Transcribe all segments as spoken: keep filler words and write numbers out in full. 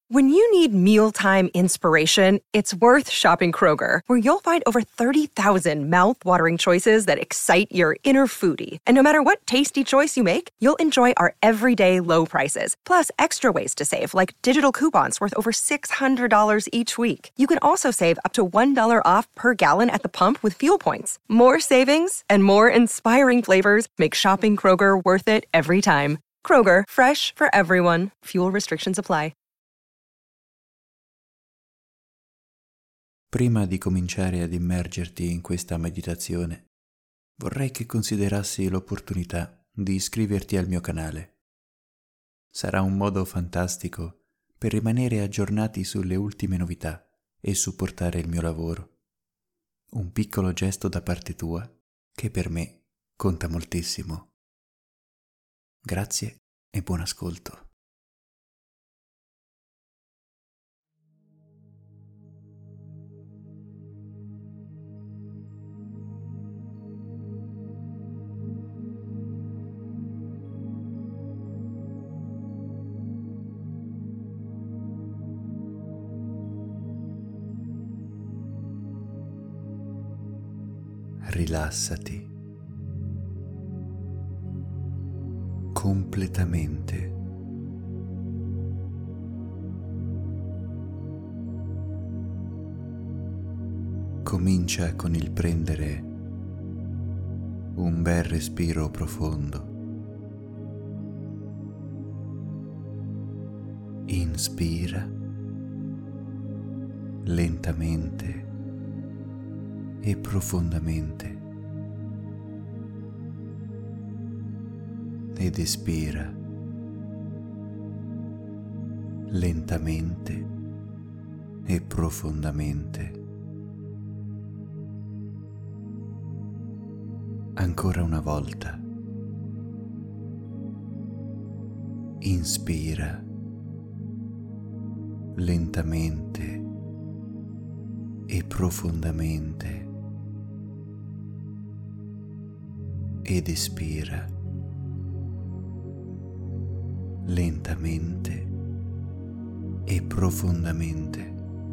When you need mealtime inspiration, it's worth shopping Kroger, where you'll find over thirty thousand mouth-watering choices that excite your inner foodie. And no matter what tasty choice you make, you'll enjoy our everyday low prices, plus extra ways to save, like digital coupons worth over six hundred dollars each week. You can also save up to one dollar off per gallon at the pump with fuel points. More savings and more inspiring flavors make shopping Kroger worth it every time. Kroger, fresh for everyone. Fuel restrictions apply. Prima di cominciare ad immergerti in questa meditazione, vorrei che considerassi l'opportunità di iscriverti al mio canale. Sarà un modo fantastico per rimanere aggiornati sulle ultime novità e supportare il mio lavoro. Un piccolo gesto da parte tua che per me conta moltissimo. Grazie e buon ascolto. Rilassati completamente. Comincia con il prendere un bel respiro profondo. Inspira lentamente e profondamente ed espira lentamente e profondamente. Ancora una volta. Inspira lentamente e profondamente ed espira lentamente e profondamente.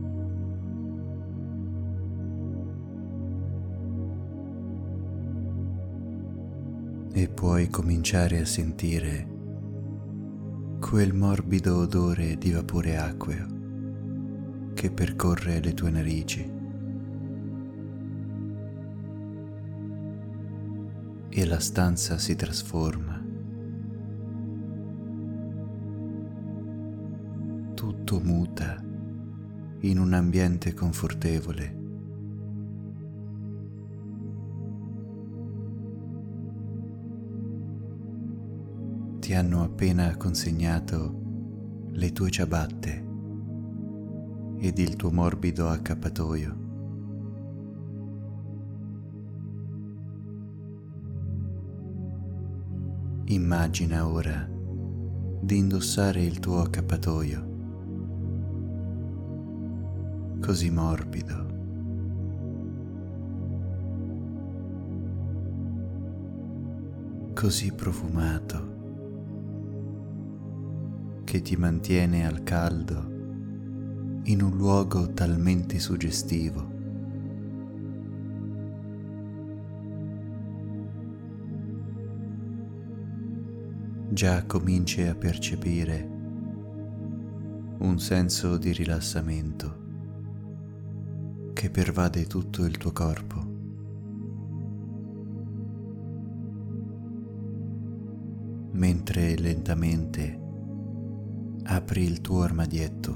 E puoi cominciare a sentire quel morbido odore di vapore acqueo che percorre le tue narici e la stanza si trasforma. Tutto muta in un ambiente confortevole. Ti hanno appena consegnato le tue ciabatte ed il tuo morbido accappatoio. Immagina ora di indossare il tuo accappatoio, così morbido, così profumato, che ti mantiene al caldo in un luogo talmente suggestivo. Già cominci a percepire un senso di rilassamento che pervade tutto il tuo corpo. Mentre lentamente apri il tuo armadietto.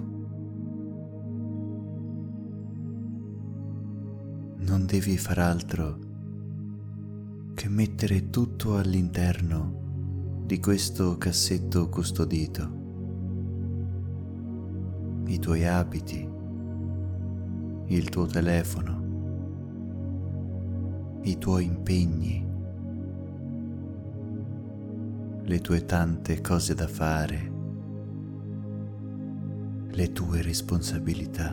Non devi far altro che mettere tutto all'interno di questo cassetto custodito. I tuoi abiti, il tuo telefono, i tuoi impegni, le tue tante cose da fare, le tue responsabilità.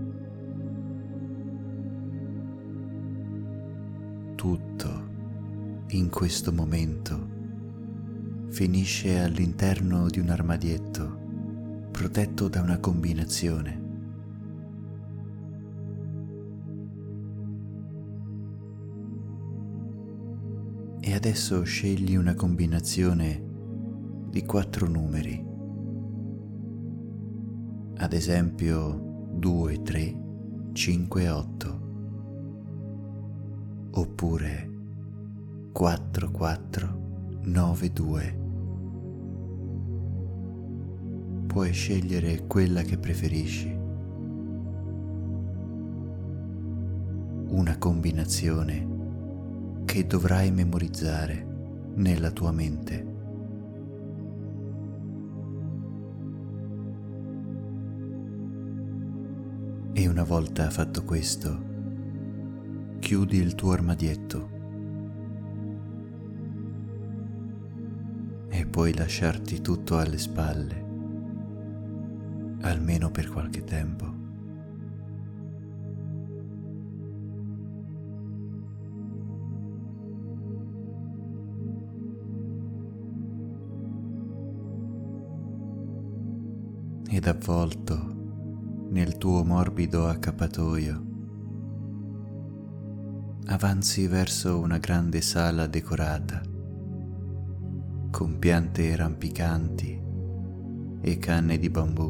Tutto in questo momento finisce all'interno di un armadietto protetto da una combinazione. E adesso scegli una combinazione di quattro numeri, ad esempio due, tre, cinque, otto, oppure quattro, quattro, nove, due. Puoi scegliere quella che preferisci. Una combinazione che dovrai memorizzare nella tua mente. E una volta fatto questo, chiudi il tuo armadietto e puoi lasciarti tutto alle spalle, almeno per qualche tempo. Ed avvolto nel tuo morbido accappatoio, avanzi verso una grande sala decorata, con piante rampicanti e canne di bambù.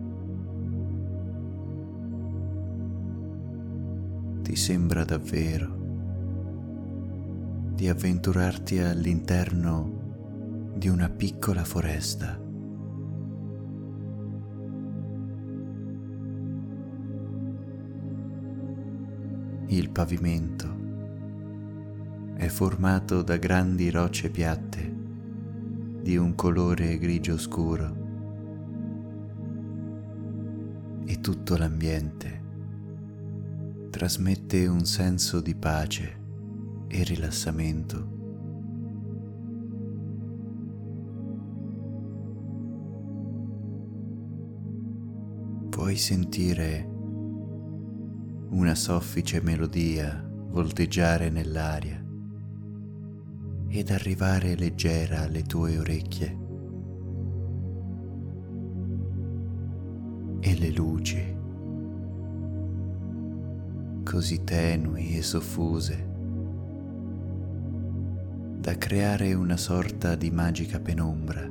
Ti sembra davvero di avventurarti all'interno di una piccola foresta. Il pavimento è formato da grandi rocce piatte di un colore grigio scuro e tutto l'ambiente trasmette un senso di pace e rilassamento. Puoi sentire una soffice melodia volteggiare nell'aria ed arrivare leggera alle tue orecchie. E le luci, così tenui e soffuse, da creare una sorta di magica penombra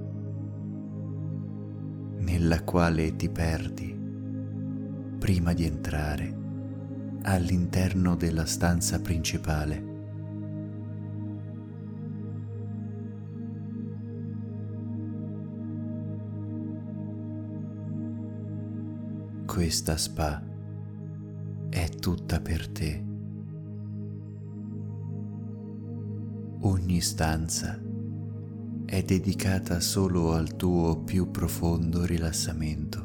nella quale ti perdi prima di entrare all'interno della stanza principale. Questa spa è tutta per te. Ogni stanza è dedicata solo al tuo più profondo rilassamento.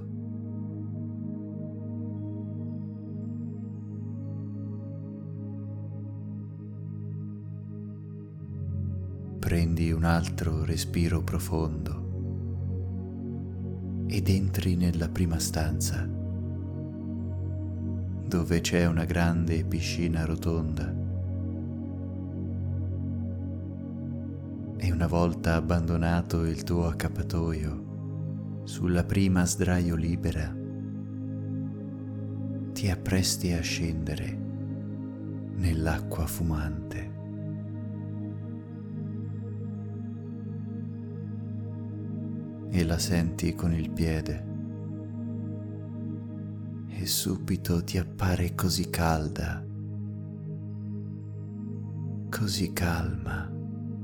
Prendi un altro respiro profondo ed entri nella prima stanza, dove c'è una grande piscina rotonda. E una volta abbandonato il tuo accappatoio sulla prima sdraio libera, ti appresti a scendere nell'acqua fumante. E la senti con il piede e subito ti appare così calda, così calma,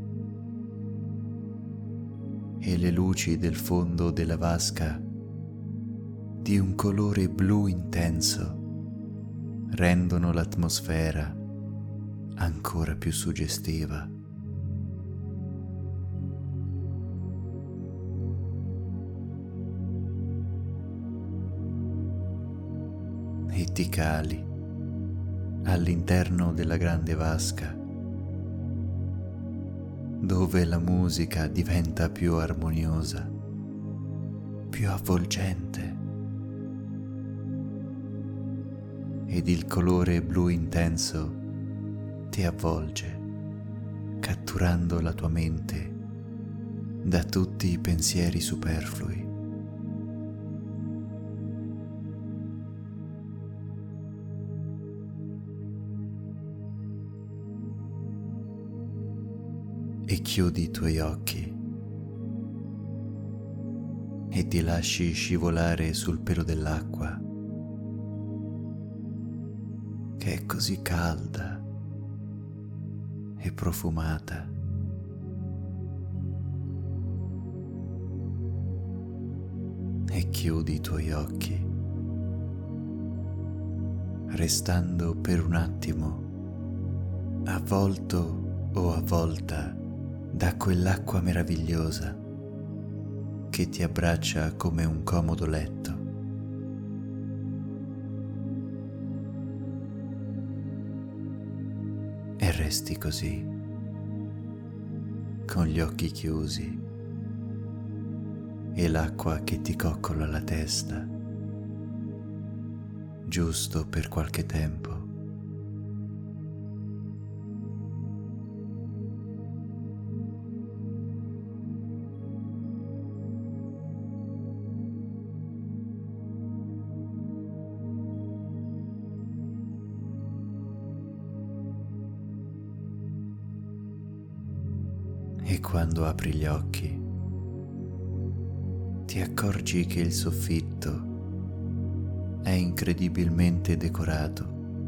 e le luci del fondo della vasca di un colore blu intenso rendono l'atmosfera ancora più suggestiva. E ti cali all'interno della grande vasca, dove la musica diventa più armoniosa, più avvolgente, ed il colore blu intenso ti avvolge, catturando la tua mente da tutti i pensieri superflui. chiudi i tuoi occhi e ti lasci scivolare sul pelo dell'acqua, che è così calda e profumata. E chiudi i tuoi occhi, restando per un attimo avvolto o avvolta da quell'acqua meravigliosa che ti abbraccia come un comodo letto. E resti così, con gli occhi chiusi e l'acqua che ti coccola la testa, giusto per qualche tempo. E quando apri gli occhi, ti accorgi che il soffitto è incredibilmente decorato,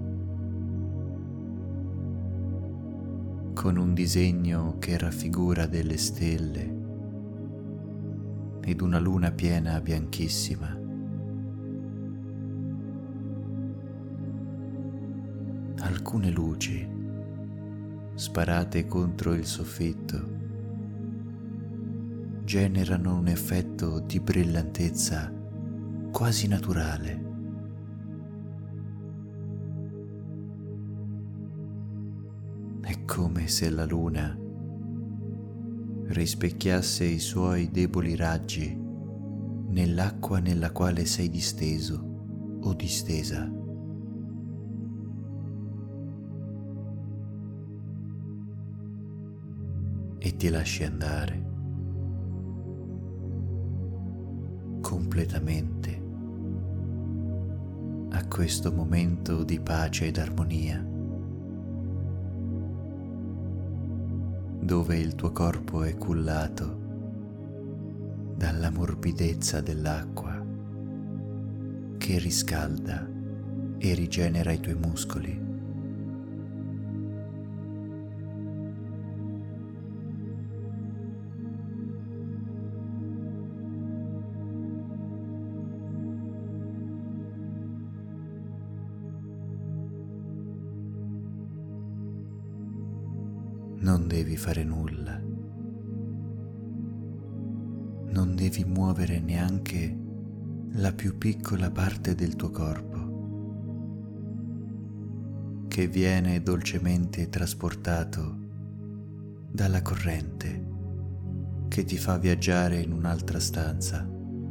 con un disegno che raffigura delle stelle ed una luna piena bianchissima. Alcune luci, sparate contro il soffitto, generano un effetto di brillantezza quasi naturale. È come se la luna rispecchiasse i suoi deboli raggi nell'acqua nella quale sei disteso o distesa. E ti lasci andare completamente a questo momento di pace ed armonia, dove il tuo corpo è cullato dalla morbidezza dell'acqua che riscalda e rigenera i tuoi muscoli. Non devi fare nulla, non devi muovere neanche la più piccola parte del tuo corpo, che viene dolcemente trasportato dalla corrente che ti fa viaggiare in un'altra stanza.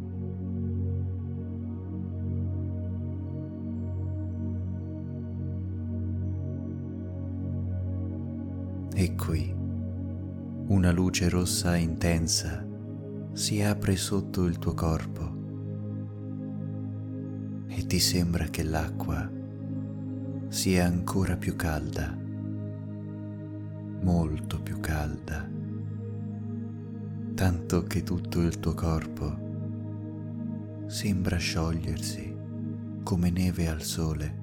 E qui una luce rossa intensa si apre sotto il tuo corpo e ti sembra che l'acqua sia ancora più calda, molto più calda, tanto che tutto il tuo corpo sembra sciogliersi come neve al sole.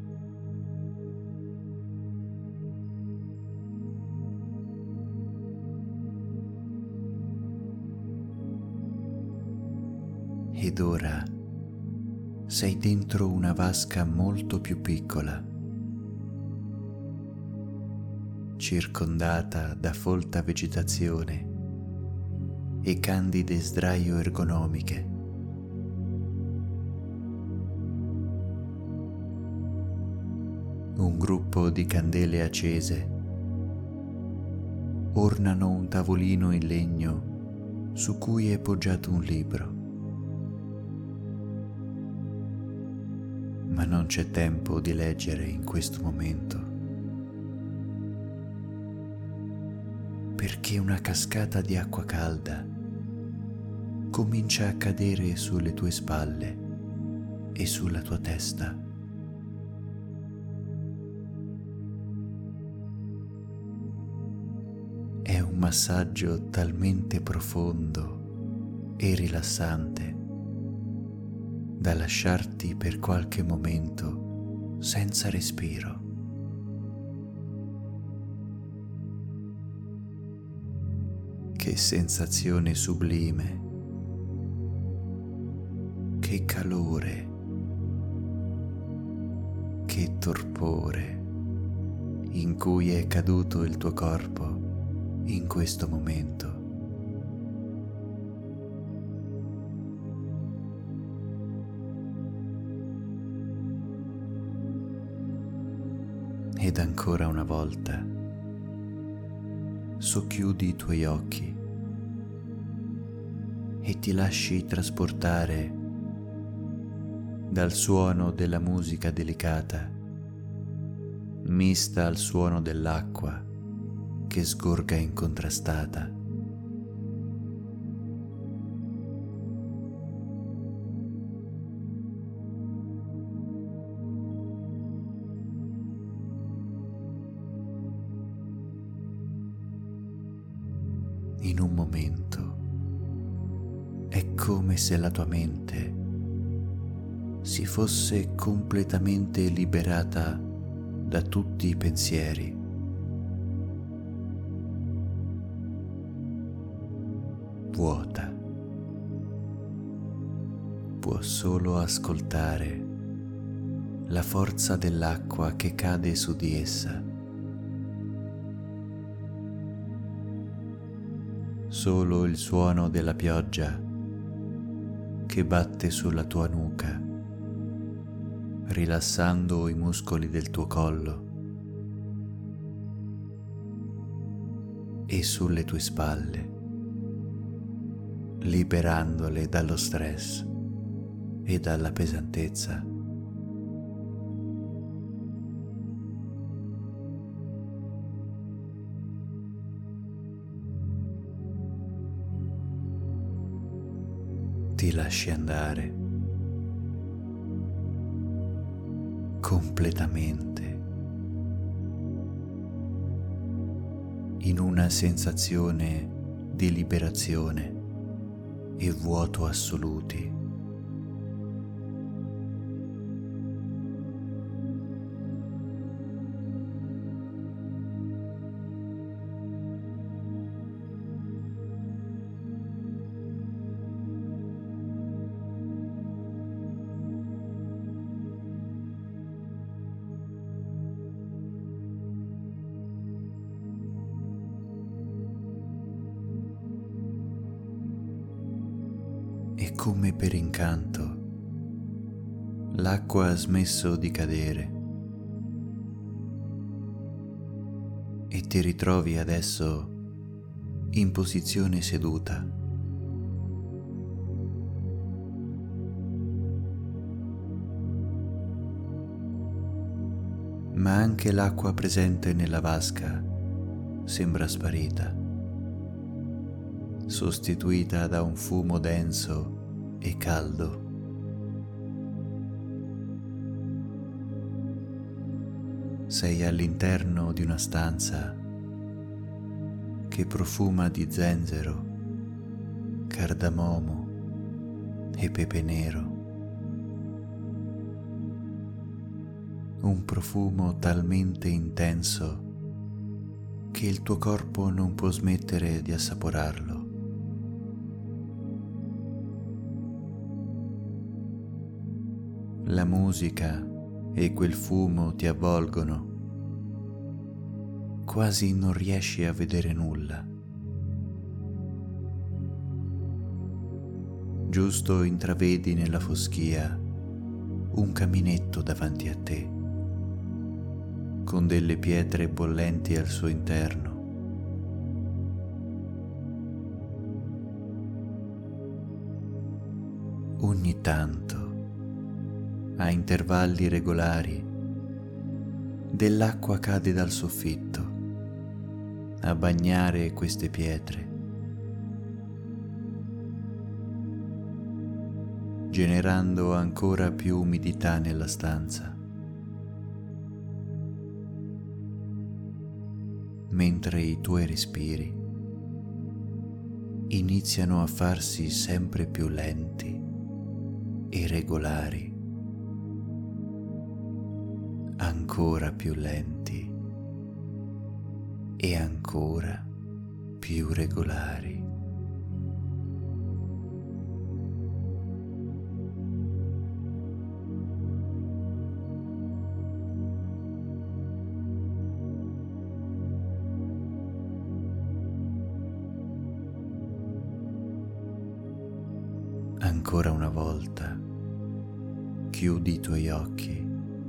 Ed ora sei dentro una vasca molto più piccola, circondata da folta vegetazione e candide sdraio ergonomiche. Un gruppo di candele accese ornano un tavolino in legno su cui è poggiato un libro. Ma non c'è tempo di leggere in questo momento, perché una cascata di acqua calda comincia a cadere sulle tue spalle e sulla tua testa. È un massaggio talmente profondo e rilassante da lasciarti per qualche momento senza respiro. Che sensazione sublime, che calore, che torpore in cui è caduto il tuo corpo in questo momento. Ed ancora una volta, socchiudi i tuoi occhi e ti lasci trasportare dal suono della musica delicata, mista al suono dell'acqua che sgorga incontrastata. In un momento è come se la tua mente si fosse completamente liberata da tutti i pensieri. Vuota. Può solo ascoltare la forza dell'acqua che cade su di essa. Solo il suono della pioggia che batte sulla tua nuca, rilassando i muscoli del tuo collo e sulle tue spalle, liberandole dallo stress e dalla pesantezza. Ti lasci andare completamente in una sensazione di liberazione e vuoto assoluti. E come per incanto, l'acqua ha smesso di cadere e ti ritrovi adesso in posizione seduta. Ma anche l'acqua presente nella vasca sembra sparita, sostituita da un fumo denso e caldo. Sei all'interno di una stanza che profuma di zenzero, cardamomo e pepe nero. Un profumo talmente intenso che il tuo corpo non può smettere di assaporarlo. La musica e quel fumo ti avvolgono, quasi non riesci a vedere nulla. Giusto intravedi nella foschia un caminetto davanti a te, con delle pietre bollenti al suo interno. Ogni tanto, a intervalli regolari, dell'acqua cade dal soffitto a bagnare queste pietre, generando ancora più umidità nella stanza, mentre i tuoi respiri iniziano a farsi sempre più lenti e regolari, ancora più lenti e ancora più regolari. Ancora una volta, chiudi i tuoi occhi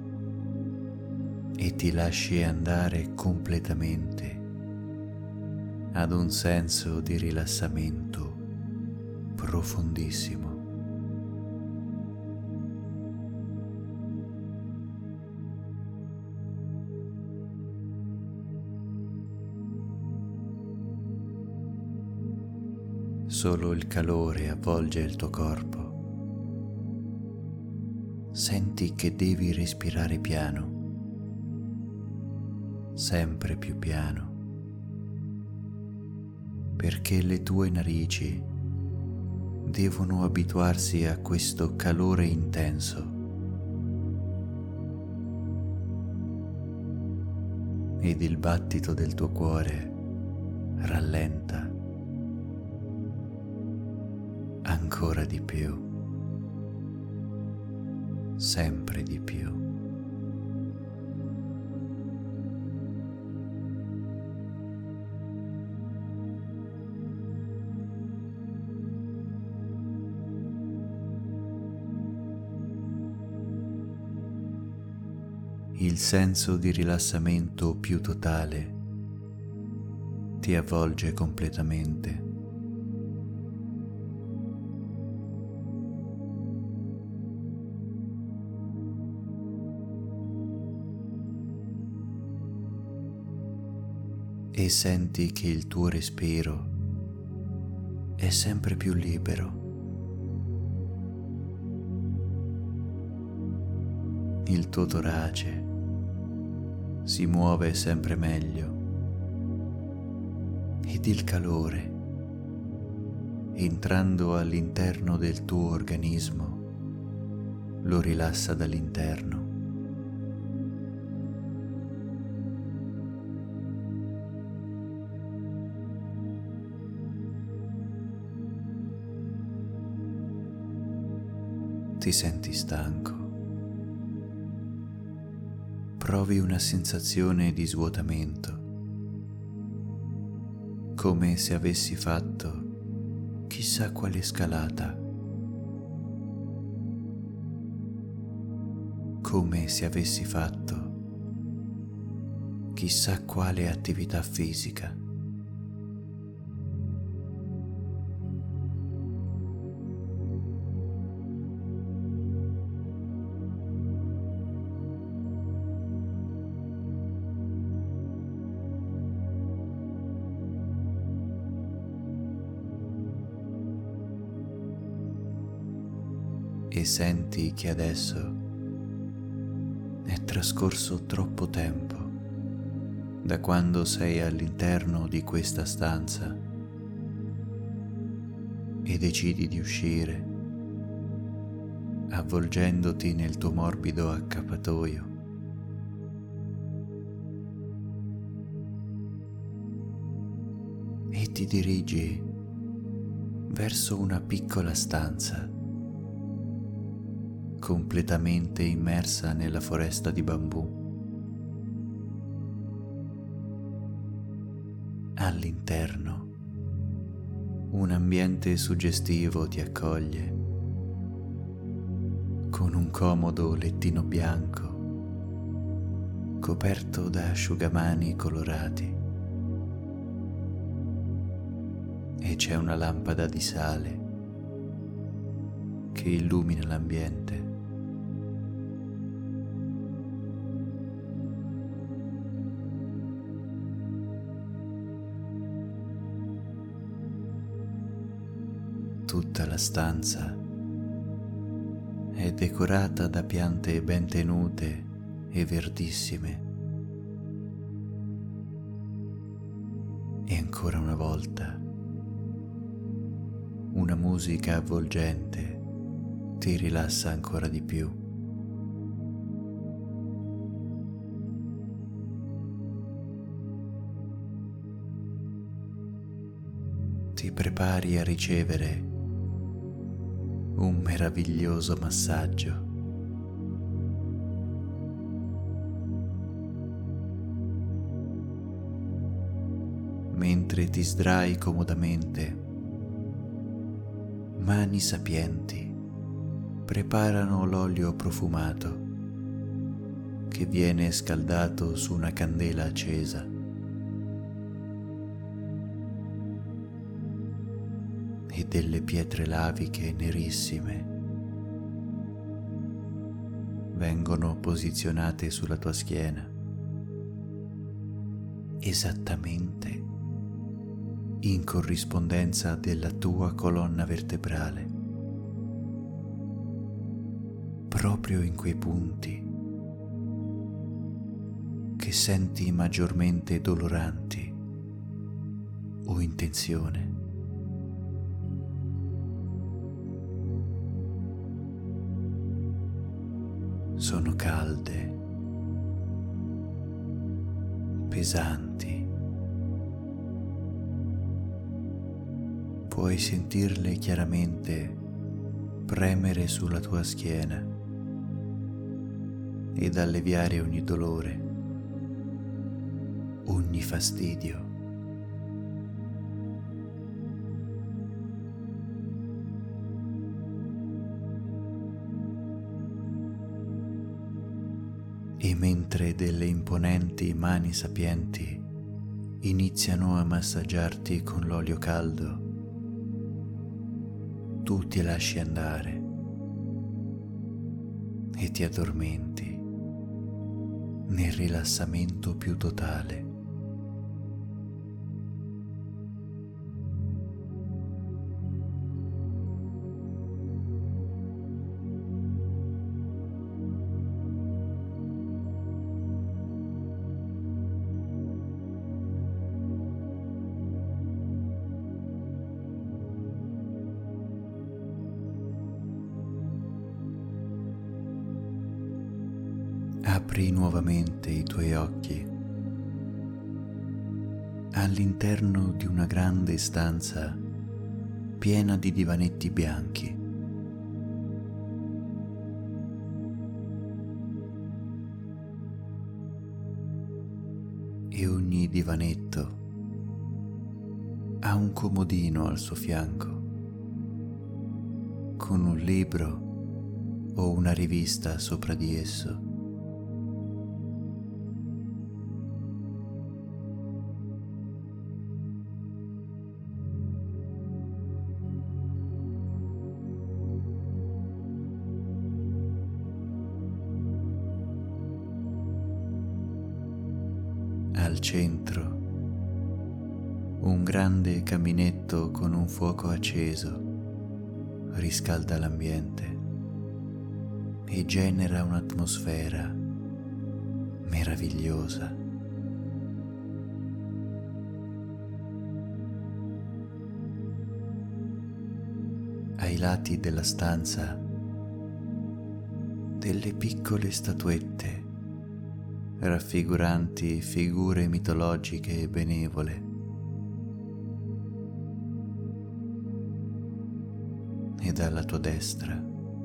e ti lasci andare completamente ad un senso di rilassamento profondissimo. Solo il calore avvolge il tuo corpo. Senti che devi respirare piano, sempre più piano, perché le tue narici devono abituarsi a questo calore intenso. Ed il battito del tuo cuore rallenta ancora di più, sempre di più. Il senso di rilassamento più totale ti avvolge completamente. E senti che il tuo respiro è sempre più libero. Il tuo torace si muove sempre meglio ed il calore, entrando all'interno del tuo organismo, lo rilassa dall'interno. Ti senti stanco, provi una sensazione di svuotamento, come se avessi fatto chissà quale scalata, come se avessi fatto chissà quale attività fisica. E senti che adesso è trascorso troppo tempo da quando sei all'interno di questa stanza e decidi di uscire, avvolgendoti nel tuo morbido accappatoio. E ti dirigi verso una piccola stanza completamente immersa nella foresta di bambù. All'interno, un ambiente suggestivo ti accoglie, con un comodo lettino bianco, coperto da asciugamani colorati, e c'è una lampada di sale che illumina l'ambiente. Tutta la stanza è decorata da piante ben tenute e verdissime. E ancora una volta una musica avvolgente ti rilassa ancora di più. Ti prepari a ricevere un meraviglioso massaggio. Mentre ti sdrai comodamente, mani sapienti preparano l'olio profumato che viene scaldato su una candela accesa. E delle pietre laviche nerissime vengono posizionate sulla tua schiena, esattamente in corrispondenza della tua colonna vertebrale, proprio in quei punti che senti maggiormente doloranti o in tensione. Sono calde, pesanti. Puoi sentirle chiaramente premere sulla tua schiena ed alleviare ogni dolore, ogni fastidio. E mentre delle imponenti mani sapienti iniziano a massaggiarti con l'olio caldo, tu ti lasci andare e ti addormenti nel rilassamento più totale. Apri nuovamente i tuoi occhi. All'interno di una grande stanza piena di divanetti bianchi. E ogni divanetto ha un comodino al suo fianco, con un libro o una rivista sopra di esso. Al centro, un grande caminetto con un fuoco acceso riscalda l'ambiente e genera un'atmosfera meravigliosa. Ai lati della stanza, delle piccole statuette raffiguranti figure mitologiche e benevole. E dalla tua destra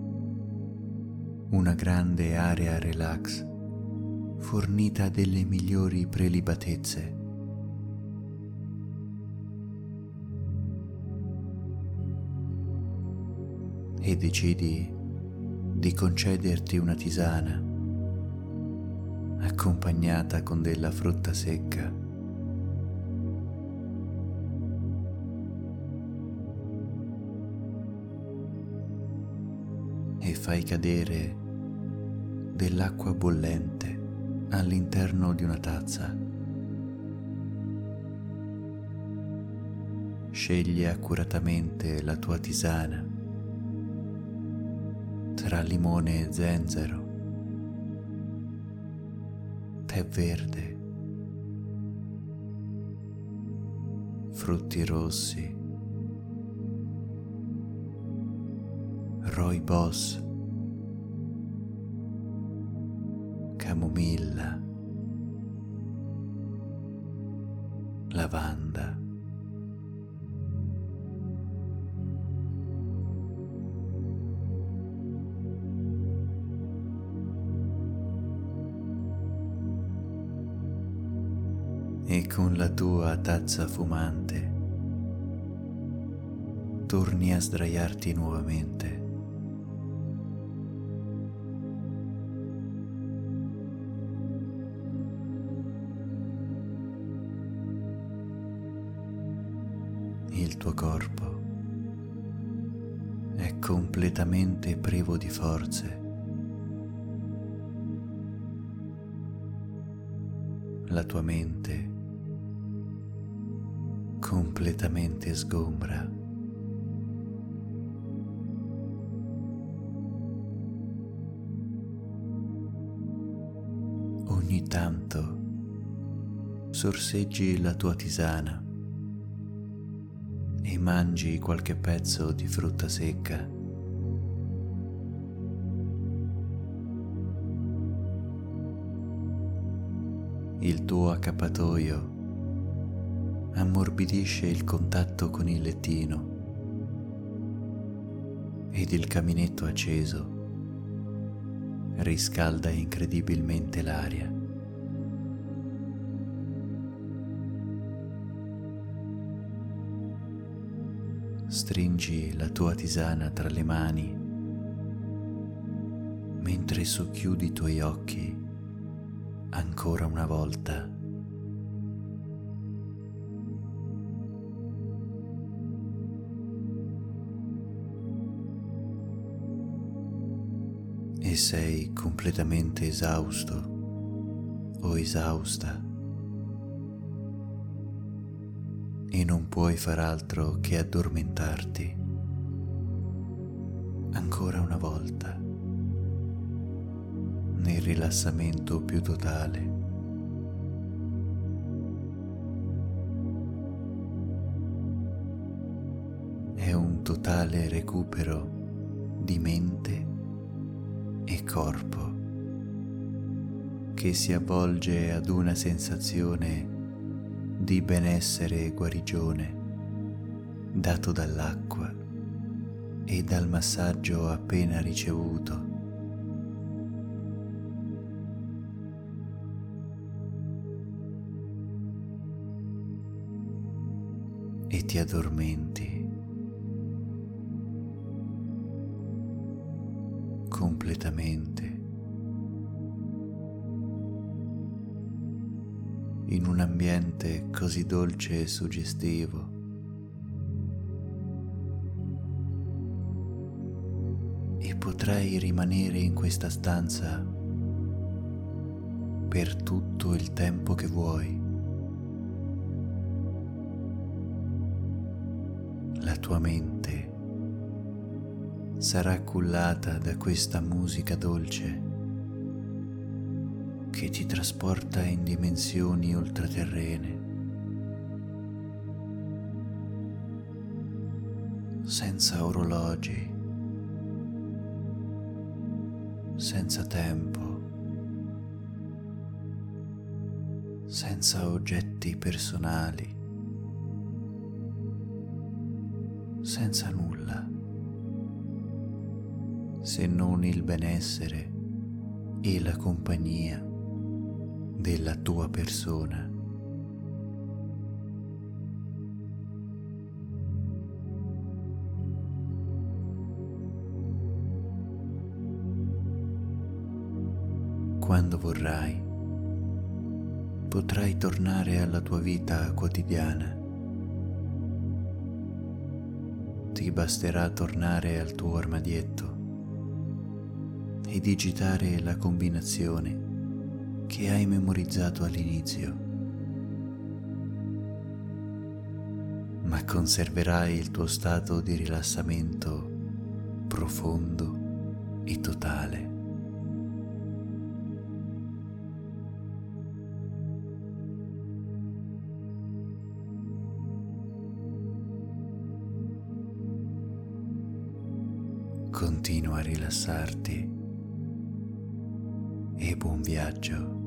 una grande area relax fornita delle migliori prelibatezze. E decidi di concederti una tisana accompagnata con della frutta secca. E fai cadere dell'acqua bollente all'interno di una tazza. Scegli accuratamente la tua tisana tra limone e zenzero, tè verde, frutti rossi rooibos, camomilla, lavanda, e con la tua tazza fumante torni a sdraiarti nuovamente. Il tuo corpo è completamente privo di forze. La tua mente completamente sgombra. Ogni tanto sorseggi la tua tisana e mangi qualche pezzo di frutta secca. Il tuo accappatoio ammorbidisce il contatto con il lettino ed il caminetto acceso riscalda incredibilmente l'aria. Stringi la tua tisana tra le mani mentre socchiudi i tuoi occhi ancora una volta. E sei completamente esausto o esausta e non puoi far altro che addormentarti ancora una volta nel rilassamento più totale. È un totale recupero di mente e corpo che si avvolge ad una sensazione di benessere e guarigione dato dall'acqua e dal massaggio appena ricevuto. E ti addormenti completamente in un ambiente così dolce e suggestivo. E potrai rimanere in questa stanza per tutto il tempo che vuoi. La tua mente sarà cullata da questa musica dolce che ti trasporta in dimensioni ultraterrene, senza orologi, senza tempo, senza oggetti personali, senza nulla, se non il benessere e la compagnia della tua persona. Quando vorrai, potrai tornare alla tua vita quotidiana. Ti basterà tornare al tuo armadietto e digitare la combinazione che hai memorizzato all'inizio, ma conserverai il tuo stato di rilassamento profondo e totale. Continua a rilassarti e buon viaggio.